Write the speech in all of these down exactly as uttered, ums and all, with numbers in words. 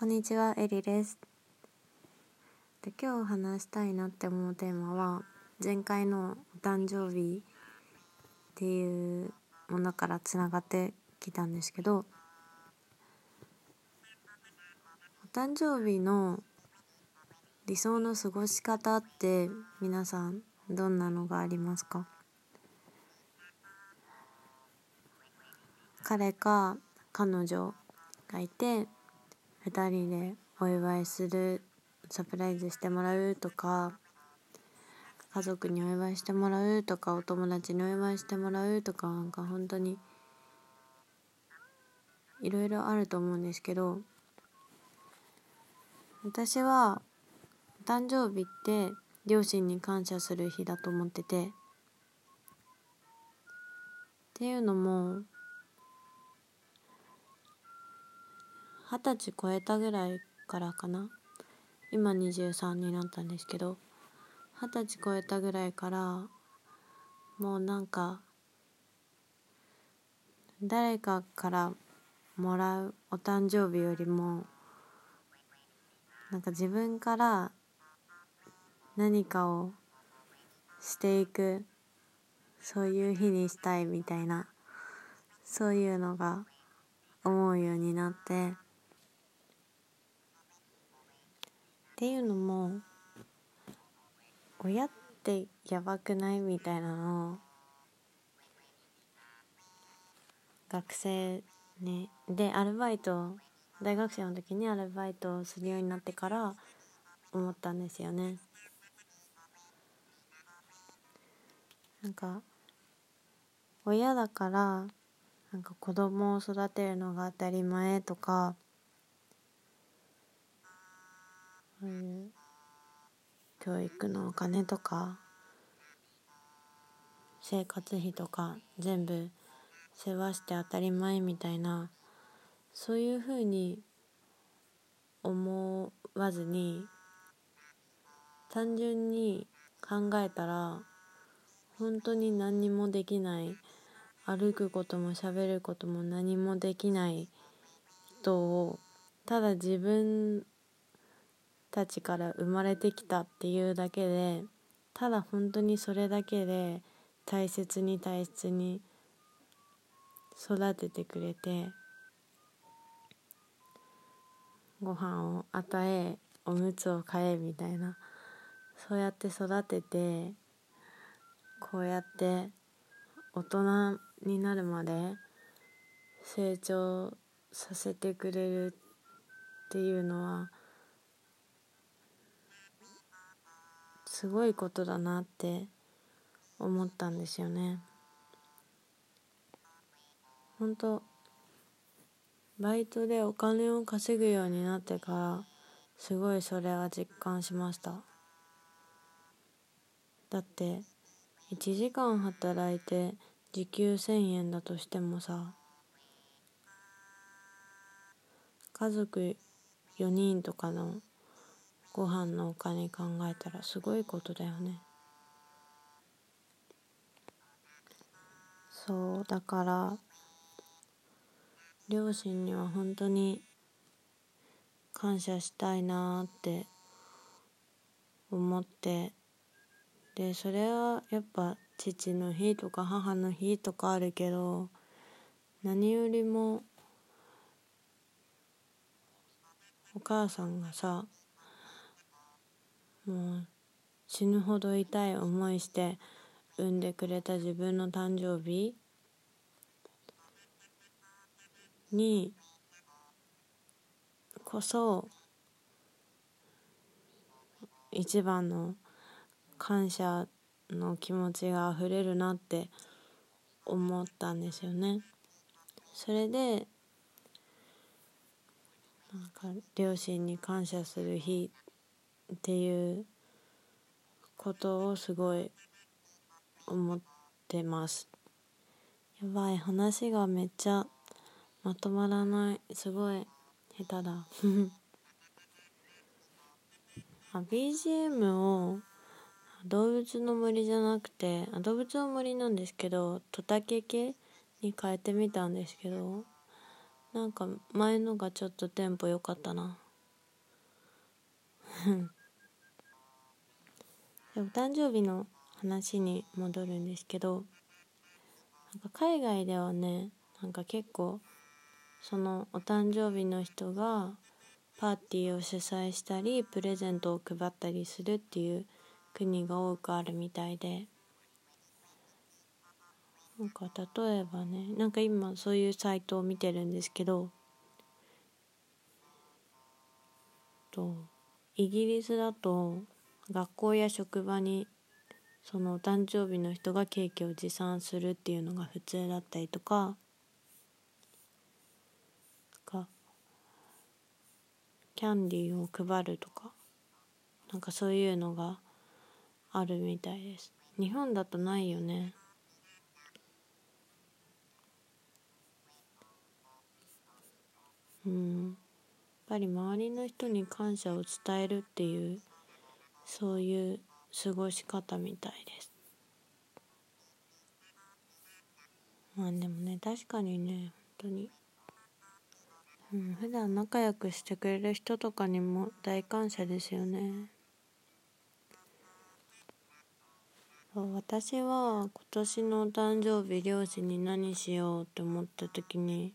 こんにちは、エリです。で今日話したいなって思うテーマは、前回のお誕生日っていうものからつながってきたんですけど、お誕生日の理想の過ごし方って皆さんどんなのがありますか？彼か彼女がいてふたりでお祝いする、サプライズしてもらうとか、家族にお祝いしてもらうとか、お友達にお祝いしてもらうとか、なんか本当にいろいろあると思うんですけど、私はお誕生日って両親に感謝する日だと思ってて、っていうのも二十歳超えたぐらいからかな、今にじゅうさんになったんですけど、二十歳超えたぐらいからもうなんか誰かからもらうお誕生日よりも、なんか自分から何かをしていく、そういう日にしたいみたいな、そういうのが思うようになって、っていうのも親ってやばくないみたいなのを学生、ね、でアルバイト、大学生の時にアルバイトをするようになってから思ったんですよね。なんか親だからなんか子供を育てるのが当たり前とか、そういう教育のお金とか生活費とか全部世話して当たり前みたいな、そういうふうに思わずに、単純に考えたら本当に何にもできない、歩くことも喋ることも何もできない人を、ただ自分たちから生まれてきたっていうだけで、ただ本当にそれだけで大切に大切に育ててくれて、ご飯を与え、おむつを替えみたいな、そうやって育てて、こうやって大人になるまで成長させてくれるっていうのはすごいことだなって思ったんですよね。本当バイトでお金を稼ぐようになってからすごいそれは実感しました。だっていちじかん働いて時給せんえんだとしてもさ、家族よにんとかのご飯のお金考えたらすごいことだよね。そうだから両親には本当に感謝したいなって思って、でそれはやっぱ父の日とか母の日とかあるけど、何よりもお母さんがさ、もう死ぬほど痛い思いして産んでくれた自分の誕生日にこそ一番の感謝の気持ちが溢れるなって思ったんですよね。それでなんか両親に感謝する日っていうことをすごい思ってます。やばい、話がめっちゃまとまらない、すごい下手だあ ビージーエム を動物の森じゃなくて、あ動物の森なんですけどトタケ系に変えてみたんですけど、なんか前のがちょっとテンポ良かったな。 でお誕生日の話に戻るんですけど、なんか海外ではね、なんか結構そのお誕生日の人がパーティーを主催したりプレゼントを配ったりするっていう国が多くあるみたいで、なんか例えばね、なんか今そういうサイトを見てるんですけど、とイギリスだと学校や職場にそのお誕生日の人がケーキを持参するっていうのが普通だったりとか、かキャンディーを配るとか、なんかそういうのがあるみたいです。日本だとないよね。うん、やっぱり周りの人に感謝を伝えるっていう、そういう過ごし方みたいです。まあでもね、確かにね、本当に、うん、普段仲良くしてくれる人とかにも大感謝ですよね。私は今年のお誕生日両親に何しようって思った時に、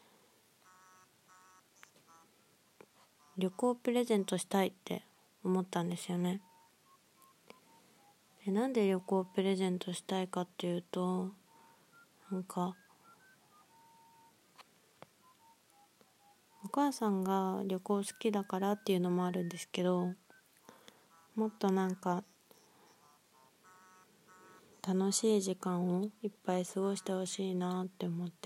旅行プレゼントしたいって思ったんですよね。でなんで旅行プレゼントしたいかっていうと、なんかお母さんが旅行好きだからっていうのもあるんですけど、もっとなんか楽しい時間をいっぱい過ごしてほしいなって思って、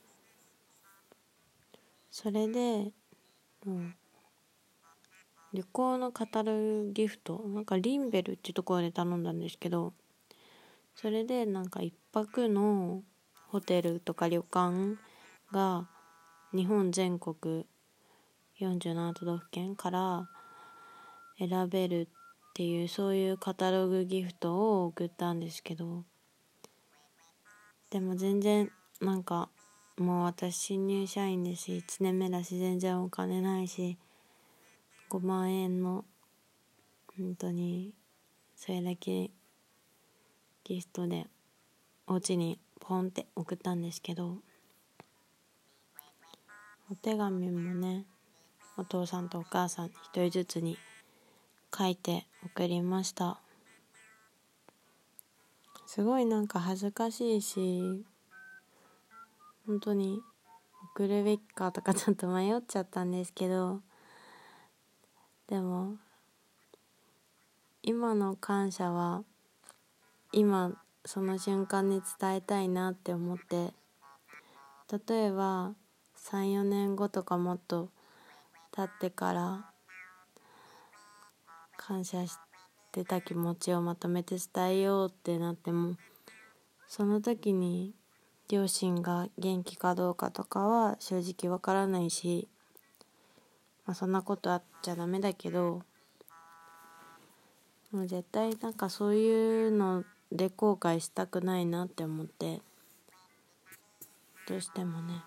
それで、うん、旅行のカタログギフト、なんかリンベルっていうところで頼んだんですけど、それでなんか一泊のホテルとか旅館が日本全国よんじゅうなな都道府県から選べるっていう、そういうカタログギフトを送ったんですけど、でも全然なんか、もう私新入社員ですしいちねんめだし、全然お金ないし、ごまん円の本当にそれだけギフトでお家にポンって送ったんですけど、お手紙もね、お父さんとお母さん一人ずつに書いて送りました。すごいなんか恥ずかしいし、本当に送るべきかとかちょっと迷っちゃったんですけど、でも今の感謝は今その瞬間に伝えたいなって思って、例えばさん、よねんごとかもっと経ってから感謝してた気持ちをまとめて伝えようってなっても、その時に両親が元気かどうかとかは正直わからないし、まあ、そんなことあっちゃダメだけど、もう絶対なんかそういうので後悔したくないなって思って、どうしてもね、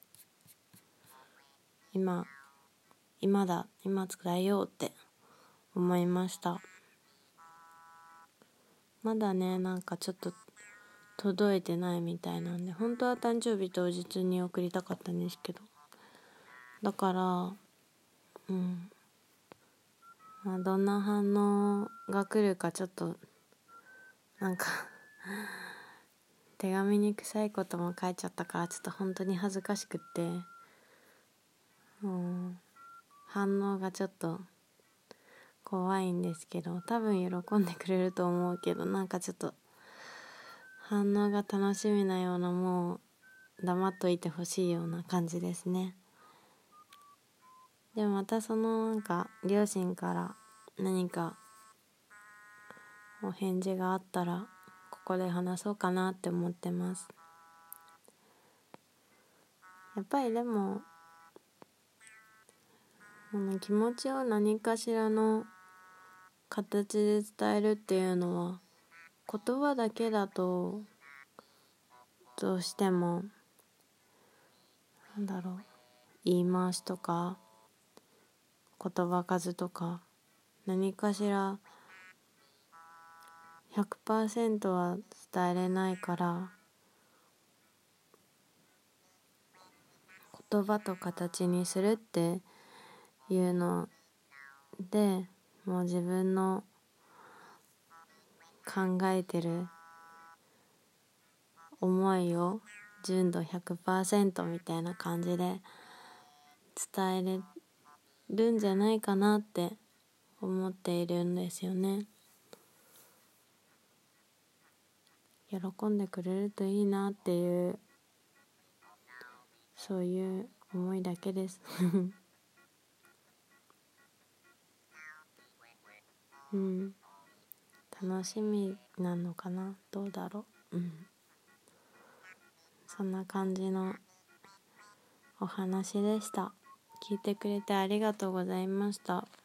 今今だ今伝えようって思いました。まだね、なんかちょっと届いてないみたいなんで、本当は誕生日当日に送りたかったんですけど、だからうんまあ、どんな反応が来るかちょっとなんか手紙に臭いことも書いちゃったから、ちょっと本当に恥ずかしくって、うん、反応がちょっと怖いんですけど、多分喜んでくれると思うけど、なんかちょっと反応が楽しみなような、もう黙っといてほしいような感じですね。でもまたそのなんか両親から何かお返事があったらここで話そうかなって思ってます。やっぱりでも、うん、気持ちを何かしらの形で伝えるっていうのは、言葉だけだとどうしてもなんだろう、言い回しとか言葉数とか何かしら ひゃくパーセント は伝えれないから、言葉と形にするっていうので、もう自分の考えてる思いを純度 ひゃくパーセント みたいな感じで伝えれるんじゃないかなって思っているんですよね。喜んでくれるといいなっていう、そういう思いだけですうん、楽しみなのかな、どうだろう、うん、そんな感じのお話でした。聞いてくれてありがとうございました。